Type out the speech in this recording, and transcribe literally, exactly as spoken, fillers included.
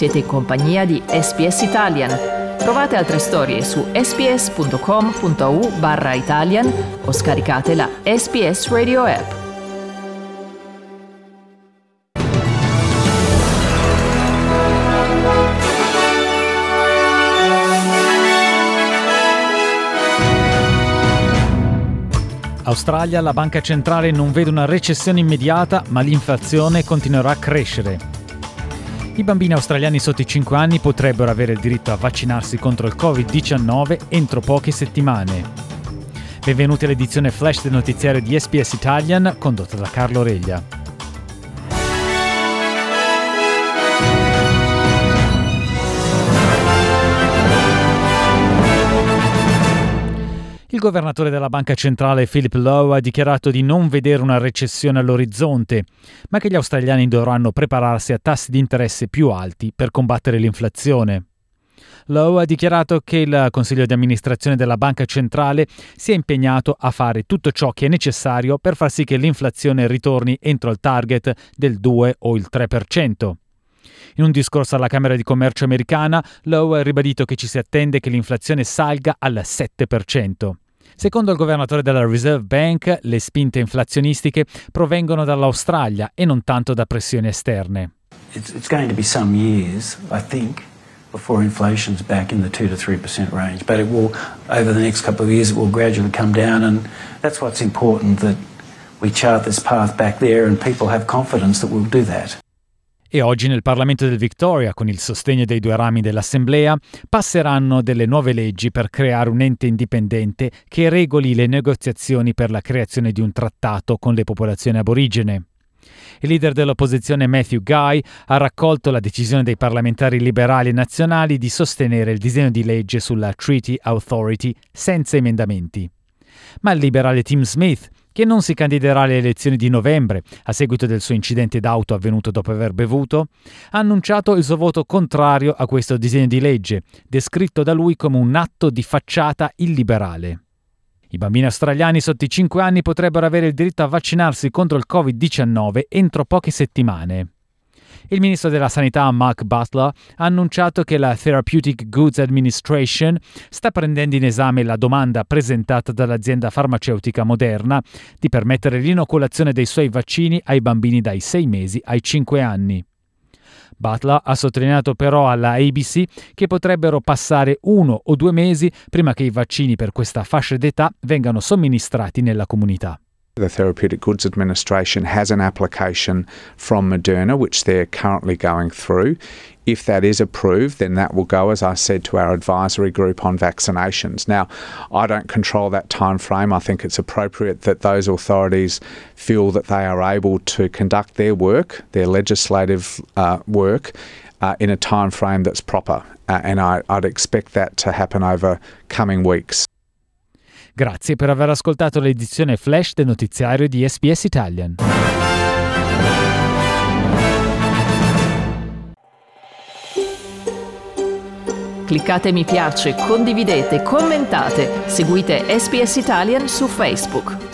Siete in compagnia di S B S Italian. Trovate altre storie su sbs.com.au barra Italian o scaricate la S B S Radio app. Australia, la banca centrale non vede una recessione immediata, ma l'inflazione continuerà a crescere. I bambini australiani sotto i cinque anni potrebbero avere il diritto a vaccinarsi contro il covid diciannove entro poche settimane. Benvenuti all'edizione flash del notiziario di S B S Italian, condotta da Carlo Reglia. Il governatore della banca centrale Philip Lowe ha dichiarato di non vedere una recessione all'orizzonte, ma che gli australiani dovranno prepararsi a tassi di interesse più alti per combattere l'inflazione. Lowe ha dichiarato che il consiglio di amministrazione della banca centrale si è impegnato a fare tutto ciò che è necessario per far sì che l'inflazione ritorni entro il target del due o il tre per cento. In un discorso alla Camera di Commercio americana, Lowe ha ribadito che ci si attende che l'inflazione salga al sette per cento. Secondo il governatore della Reserve Bank, le spinte inflazionistiche provengono dall'Australia e non tanto da pressioni esterne. It's, it's going to be some years, I think, before inflation's back in the two to three percent range. But it will, over the next couple of years, it will gradually come down, and that's what's important, that we chart this path back there and people have confidence that we'll do that. E oggi nel Parlamento del Victoria, con il sostegno dei due rami dell'Assemblea, passeranno delle nuove leggi per creare un ente indipendente che regoli le negoziazioni per la creazione di un trattato con le popolazioni aborigene. Il leader dell'opposizione Matthew Guy ha raccolto la decisione dei parlamentari liberali e nazionali di sostenere il disegno di legge sulla Treaty Authority senza emendamenti. Ma il liberale Tim Smith, che non si candiderà alle elezioni di novembre a seguito del suo incidente d'auto avvenuto dopo aver bevuto, ha annunciato il suo voto contrario a questo disegno di legge, descritto da lui come un atto di facciata illiberale. I bambini australiani sotto i cinque anni potrebbero avere il diritto a vaccinarsi contro il covid diciannove entro poche settimane. Il ministro della Sanità Mark Butler ha annunciato che la Therapeutic Goods Administration sta prendendo in esame la domanda presentata dall'azienda farmaceutica Moderna di permettere l'inoculazione dei suoi vaccini ai bambini dai sei mesi ai cinque anni. Butler ha sottolineato però alla A B C che potrebbero passare uno o due mesi prima che i vaccini per questa fascia d'età vengano somministrati nella comunità. The Therapeutic Goods Administration has an application from Moderna, which they're currently going through. If that is approved, then that will go, as I said, to our advisory group on vaccinations. Now, I don't control that time frame. I think it's appropriate that those authorities feel that they are able to conduct their work, their legislative uh, work, uh, in a time frame that's proper. Uh, and I, I'd expect that to happen over coming weeks. Grazie per aver ascoltato l'edizione flash del notiziario di S B S Italian. Cliccate mi piace, condividete, commentate, seguite S B S Italian su Facebook.